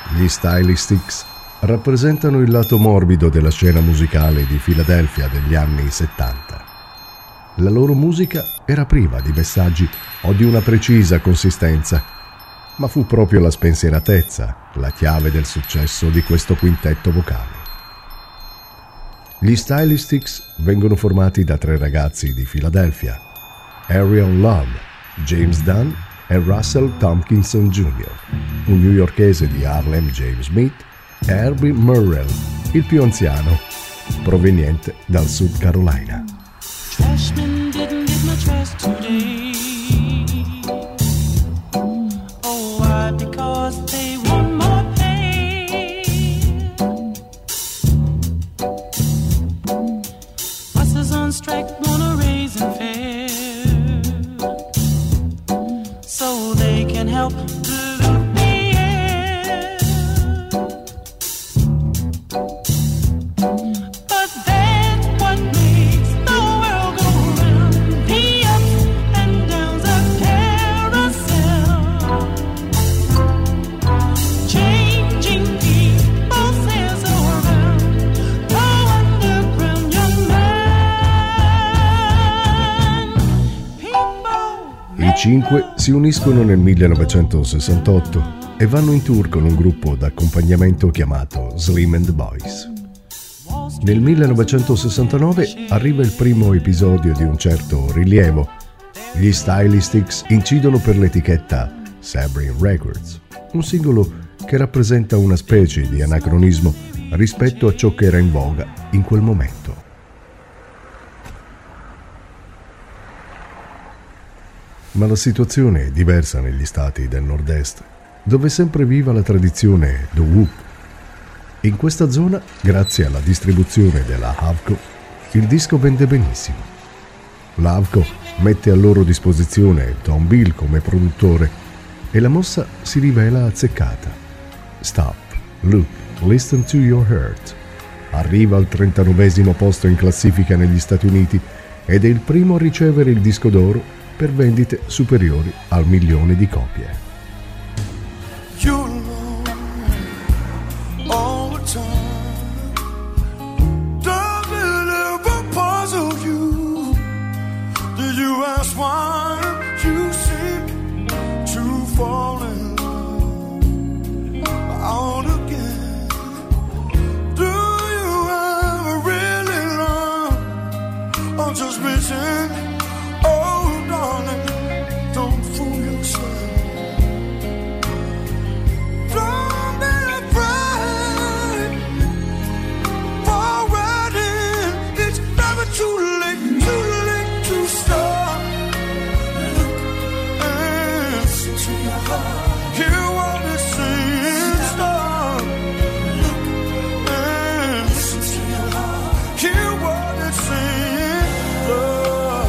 Gli Stylistics rappresentano il lato morbido della scena musicale di Filadelfia degli anni 70. La loro musica era priva di messaggi o di una precisa consistenza, ma fu proprio la spensieratezza la chiave del successo di questo quintetto vocale. Gli Stylistics vengono formati da 3 ragazzi di Filadelfia: Arion Love, James Dunn e Russell Tompkinson Jr., un newyorkese di Harlem, James Smith, e Herbie Murrell, il più anziano, proveniente dal South Carolina. Trashmen didn't get much rest today. Oh, why? Because they want more pay. Buses on strike wanna raise and fare, so they can help pollute the air. But that's what makes the world go round. The ups and downs of carousel, changing people sails around. Go underground, young man. People. I 5 si uniscono nel 1968 e vanno in tour con un gruppo d'accompagnamento chiamato Slim and the Boys. Nel 1969 arriva il primo episodio di un certo rilievo. Gli Stylistics incidono per l'etichetta Sabrine Records, un singolo che rappresenta una specie di anacronismo rispetto a ciò che era in voga in quel momento. Ma la situazione è diversa negli stati del nord-est, dove è sempre viva la tradizione doo-wop. In questa zona, grazie alla distribuzione della Havco, il disco vende benissimo. La Havco mette a loro disposizione Tom Bill come produttore e la mossa si rivela azzeccata. Stop, Look, Listen to Your Heart arriva al 39° posto in classifica negli Stati Uniti ed è il primo a ricevere il disco d'oro per vendite superiori al 1 milione di copie. You know all the time. Does it ever puzzle you? Do you ask why you seem to fall in love again? Do you ever really love or just missing? Oh, darling, don't fool yourself. Don't be afraid for waiting. It's never too late to stop. Look and listen to your heart. Hear what it's saying. Stop. Look and listen to your heart. Hear what it's saying. Love.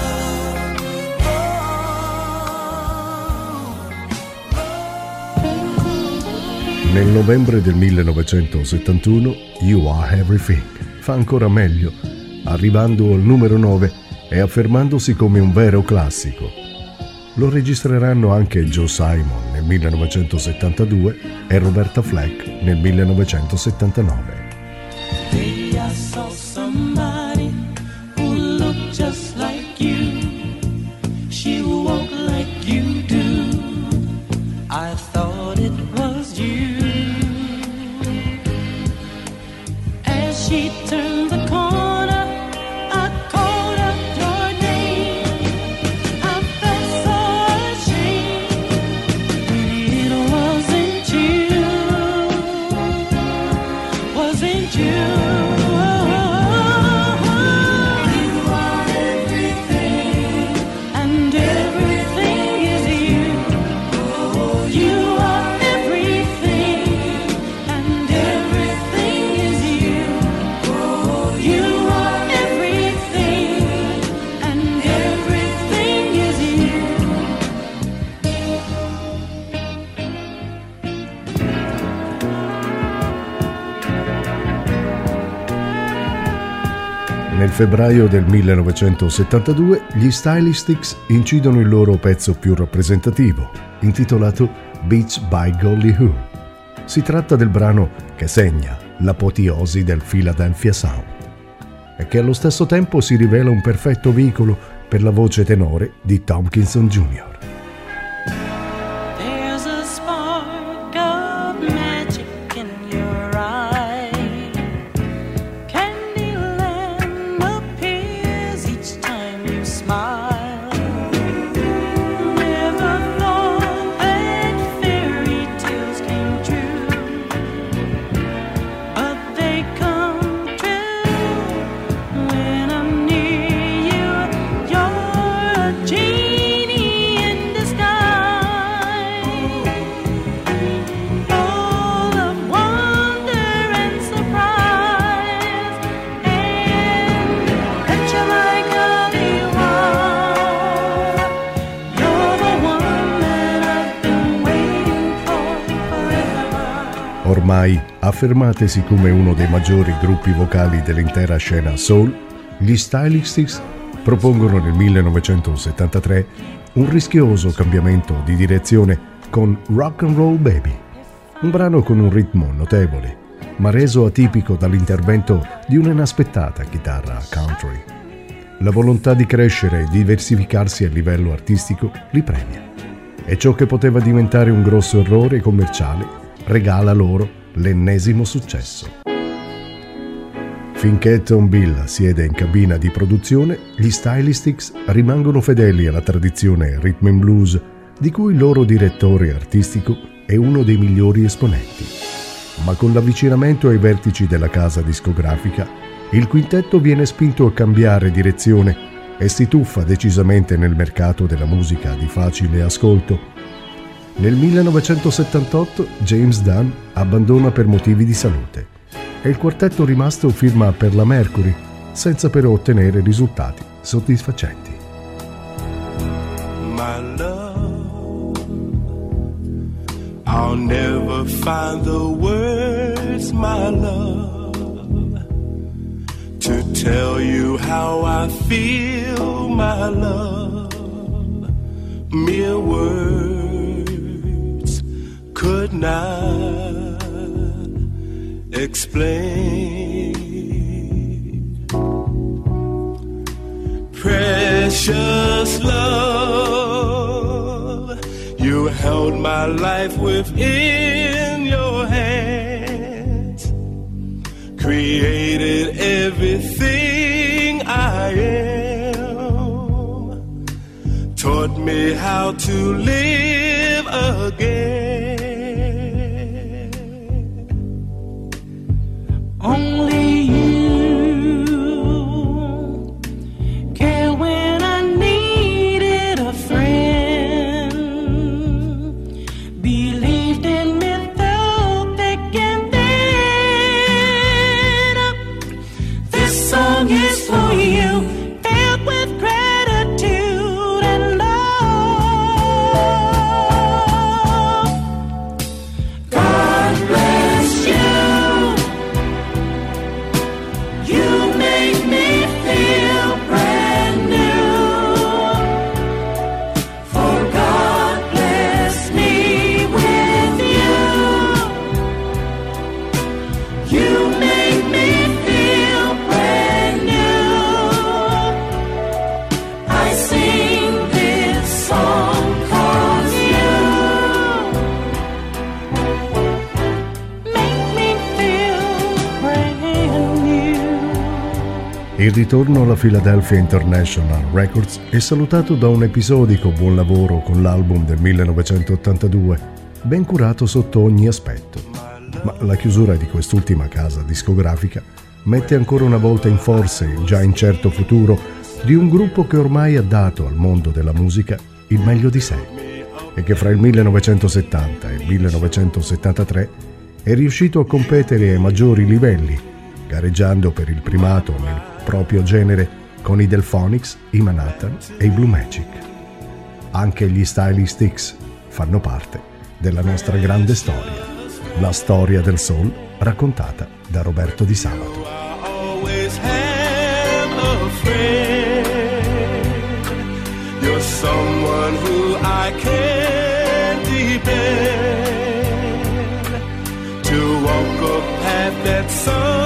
Nel novembre del 1971 You Are Everything fa ancora meglio, arrivando al numero 9 e affermandosi come un vero classico. Lo registreranno anche Joe Simon nel 1972 e Roberta Fleck nel 1979. Hey, I saw somebody who looked just like you. She walked like you do. I thought it was you. As she turned the corner, I called out your name. I felt so ashamed when it wasn't you. Wasn't you? You are everything, and everything is you. You are everything, and everything is you. You are everything, and everything is you. Nel febbraio del 1972 gli Stylistics incidono il loro pezzo più rappresentativo, intitolato Beach by Golly Who. Si tratta del brano che segna l'apoteosi del Philadelphia Sound e che allo stesso tempo si rivela un perfetto veicolo per la voce tenore di Tompkinson Jr. There's a spark of magic in your eye. Candyland appears each time you smile. Never thought that fairy tales came true, but they come true when I'm near you. You're a genie in disguise, full of wonder and surprise, and picture like a mirror. You're the one that I've been waiting for forever. Ormai affermatesi come uno dei maggiori gruppi vocali dell'intera scena soul, gli Stylistics propongono nel 1973 un rischioso cambiamento di direzione con Rock and Roll Baby, un brano con un ritmo notevole, ma reso atipico dall'intervento di un'inaspettata chitarra country. La volontà di crescere e diversificarsi a livello artistico li premia, e ciò che poteva diventare un grosso errore commerciale regala loro l'ennesimo successo. Finché Tom Bill siede in cabina di produzione, gli Stylistics rimangono fedeli alla tradizione rhythm and blues, di cui il loro direttore artistico è uno dei migliori esponenti. Ma con l'avvicinamento ai vertici della casa discografica, il quintetto viene spinto a cambiare direzione e si tuffa decisamente nel mercato della musica di facile ascolto. Nel 1978 James Dunn abbandona per motivi di salute e il quartetto rimasto firma per la Mercury, senza però ottenere risultati soddisfacenti. My love, I'll never find the words, my love, to tell you how I feel, my love. Mere words could not explain. Precious love, you held my life within your hands, created everything I am, taught me how to live again. Only you care when I needed a friend, believed in me through thick and thin. This song is for you, filled with gratitude and love. God bless you. You make me feel brand new, for God bless me with you. You make me feel brand new. I sing this song 'cause you make me feel brand new. Il ritorno alla Philadelphia International Records è salutato da un episodico buon lavoro con l'album del 1982, ben curato sotto ogni aspetto. Ma la chiusura di quest'ultima casa discografica mette ancora una volta in forse il già incerto futuro di un gruppo che ormai ha dato al mondo della musica il meglio di sé e che fra il 1970 e il 1973 è riuscito a competere ai maggiori livelli, gareggiando per il primato nel proprio genere con i Delphonics, i Manhattan e i Blue Magic. Anche gli Stylistics fanno parte della nostra grande storia, la storia del soul raccontata da Roberto Di Sabato. Always have a friend. You're someone who I can depend. sun.